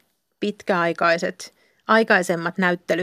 Speaker 3: aikaisemmat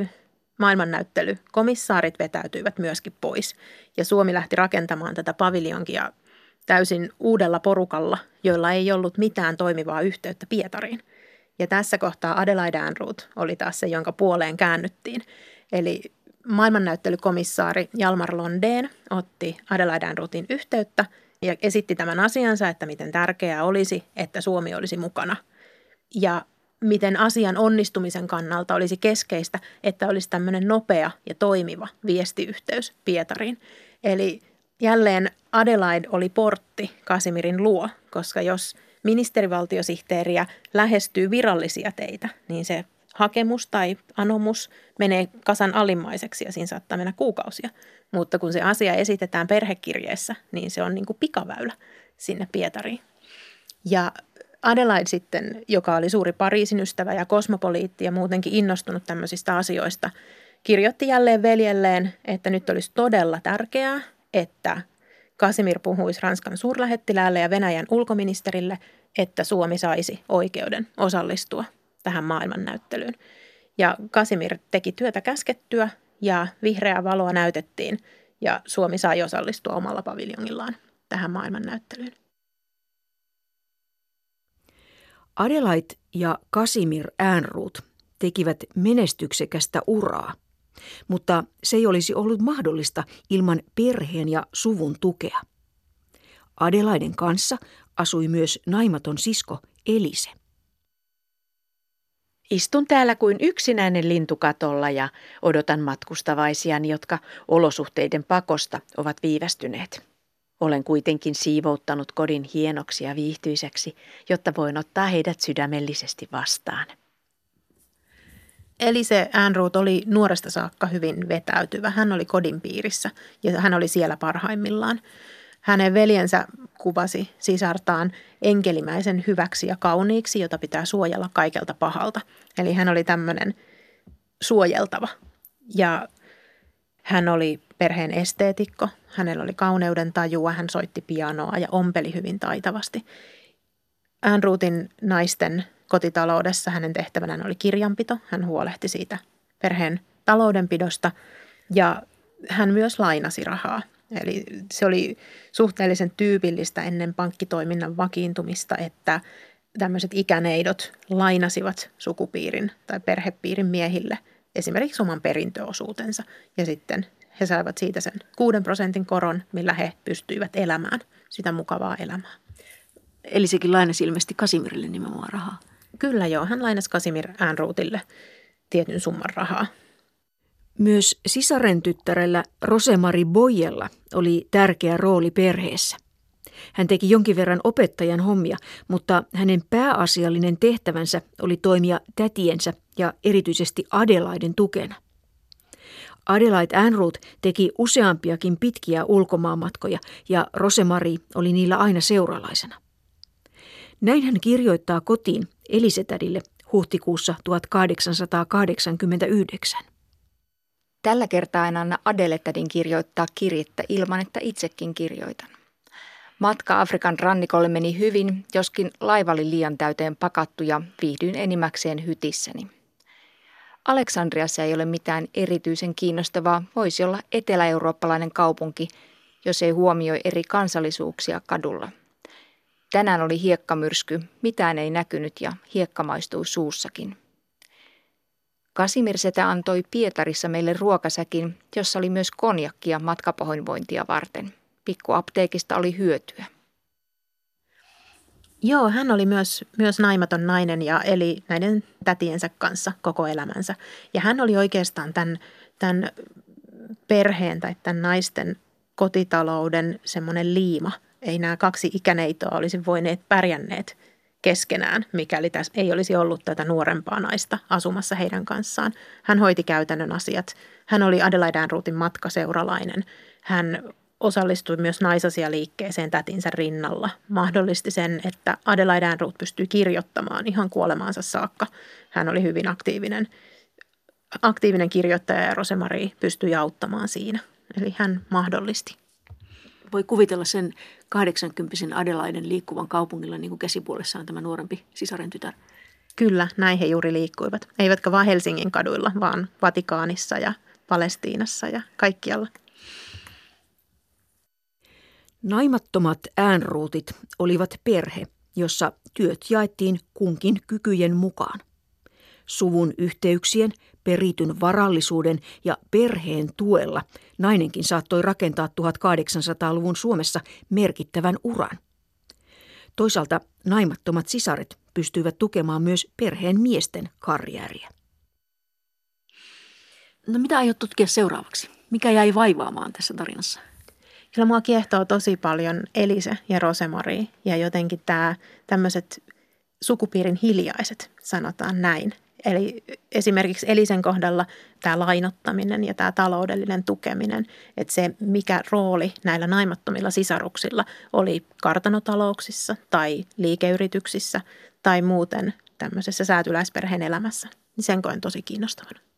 Speaker 3: maailmannäyttelykomissaarit vetäytyivät myöskin pois. Ja Suomi lähti rakentamaan tätä paviljonkia täysin uudella porukalla, joilla ei ollut mitään toimivaa yhteyttä Pietariin. Ja tässä kohtaa Adelaide Ehrnrooth oli taas se, jonka puoleen käännyttiin. Eli maailmannäyttelykomissaari Hjalmar Londén otti Adelaide Ehrnroothin yhteyttä ja esitti tämän asiansa, että miten tärkeää olisi, että Suomi olisi mukana. Ja miten asian onnistumisen kannalta olisi keskeistä, että olisi tämmöinen nopea ja toimiva viestiyhteys Pietariin. Eli jälleen Adelaide oli portti Casimirin luo, koska jos ministerivaltiosihteeriä lähestyy virallisia teitä, niin se hakemus tai anomus menee kasan alimmaiseksi ja siinä saattaa mennä kuukausia. Mutta kun se asia esitetään perhekirjeessä, niin se on niin kuin pikaväylä sinne Pietariin. Ja Adelaide sitten, joka oli suuri Pariisin ystävä ja kosmopoliitti ja muutenkin innostunut tämmöisistä asioista, kirjoitti jälleen veljelleen, että nyt olisi todella tärkeää, että Casimir puhuisi Ranskan suurlähettiläälle ja Venäjän ulkoministerille, että Suomi saisi oikeuden osallistua tähän maailmannäyttelyyn. Ja Casimir teki työtä käskettyä ja vihreää valoa näytettiin ja Suomi sai osallistua omalla paviljongillaan tähän maailmannäyttelyyn.
Speaker 2: Adelaide ja Casimir Ehrnrooth tekivät menestyksekästä uraa, mutta se ei olisi ollut mahdollista ilman perheen ja suvun tukea. Adelaiden kanssa asui myös naimaton sisko Elise.
Speaker 5: Istun täällä kuin yksinäinen lintu katolla ja odotan matkustavaisiani, jotka olosuhteiden pakosta ovat viivästyneet. Olen kuitenkin siivouttanut kodin hienoksi ja viihtyiseksi, jotta voin ottaa heidät sydämellisesti vastaan.
Speaker 3: Elise Ehrnrooth oli nuoresta saakka hyvin vetäytyvä. Hän oli kodin piirissä ja hän oli siellä parhaimmillaan. Hänen veljensä kuvasi sisartaan enkelimäisen hyväksi ja kauniiksi, jota pitää suojella kaikelta pahalta. Eli hän oli tämmöinen suojeltava ja hän oli perheen esteetikko. Hänellä oli kauneuden tajua, hän soitti pianoa ja ompeli hyvin taitavasti. Ehrnroothin naisten kotitaloudessa hänen tehtävänään oli kirjanpito. Hän huolehti siitä perheen taloudenpidosta ja hän myös lainasi rahaa. Eli se oli suhteellisen tyypillistä ennen pankkitoiminnan vakiintumista, että tämmöiset ikäneidot lainasivat sukupiirin tai perhepiirin miehille esimerkiksi oman perintöosuutensa ja sitten he saivat siitä sen 6% koron, millä he pystyivät elämään sitä mukavaa elämää.
Speaker 2: Eli sekin lainasi ilmeisesti Kasimirille nimenomaan rahaa.
Speaker 3: Kyllä joo, hän lainasi Casimir Ehrnroothille tietyn summan rahaa.
Speaker 2: Myös sisaren tyttärellä Rosemarie Boyella oli tärkeä rooli perheessä. Hän teki jonkin verran opettajan hommia, mutta hänen pääasiallinen tehtävänsä oli toimia tätiensä ja erityisesti Adelaiden tukena. Adelaide Ehrnrooth teki useampiakin pitkiä ulkomaanmatkoja ja Rosemarie oli niillä aina seuralaisena. Näin hän kirjoittaa kotiin Elise-tädille huhtikuussa 1889.
Speaker 6: Tällä kertaa en anna Adele-tädin kirjoittaa kirjettä ilman, että itsekin kirjoitan. Matka Afrikan rannikolle meni hyvin, joskin laiva oli liian täyteen pakattu ja viihdyin enimmäkseen hytissäni. Aleksandriassa ei ole mitään erityisen kiinnostavaa, voisi olla etelä-eurooppalainen kaupunki, jos ei huomioi eri kansallisuuksia kadulla. Tänään oli hiekkamyrsky, mitään ei näkynyt ja hiekka maistui suussakin. Casimir setä antoi Pietarissa meille ruokasäkin, jossa oli myös konjakkia matkapahoinvointia varten. Pikkuapteekista oli hyötyä.
Speaker 3: Joo, hän oli myös naimaton nainen ja eli näiden tätiensä kanssa koko elämänsä. Ja hän oli oikeastaan tämän perheen tai tämän naisten kotitalouden semmoinen liima. Ei nämä kaksi ikäneitoa olisi voineet pärjänneet keskenään, mikäli tässä ei olisi ollut tätä nuorempaa naista asumassa heidän kanssaan. Hän hoiti käytännön asiat. Hän oli Adelaide Ehrnroothin matkaseuralainen. Hän osallistui myös naisasialiikkeeseen tätinsä rinnalla. Mahdollisti sen, että Adelaide Ehrnrooth pystyi kirjoittamaan ihan kuolemaansa saakka. Hän oli hyvin aktiivinen kirjoittaja ja Rosemarie pystyi auttamaan siinä. Eli hän mahdollisti.
Speaker 2: Voi kuvitella sen 80 Adelaiden liikkuvan kaupungilla, niin kuin käsipuolessaan tämä nuorempi sisaren tytär.
Speaker 3: Kyllä, näin he juuri liikkuivat. Eivätkä vain Helsingin kaduilla, vaan Vatikaanissa ja Palestiinassa ja kaikkialla.
Speaker 2: Naimattomat Ehrnroothit olivat perhe, jossa työt jaettiin kunkin kykyjen mukaan. Suvun yhteyksien, perityn varallisuuden ja perheen tuella nainenkin saattoi rakentaa 1800-luvun Suomessa merkittävän uran. Toisaalta naimattomat sisaret pystyivät tukemaan myös perheen miesten karjääriä. No mitä aiot tutkia seuraavaksi? Mikä jäi vaivaamaan tässä tarinassa?
Speaker 3: Kyllä mua kiehtoo tosi paljon Elise ja Rosemarie ja jotenkin tämmöiset sukupiirin hiljaiset, sanotaan näin. Eli esimerkiksi Elisen kohdalla tämä lainottaminen ja tämä taloudellinen tukeminen, että se mikä rooli näillä naimattomilla sisaruksilla oli kartanotalouksissa tai liikeyrityksissä tai muuten tämmöisessä säätyläisperheen elämässä, niin sen koen tosi kiinnostavana.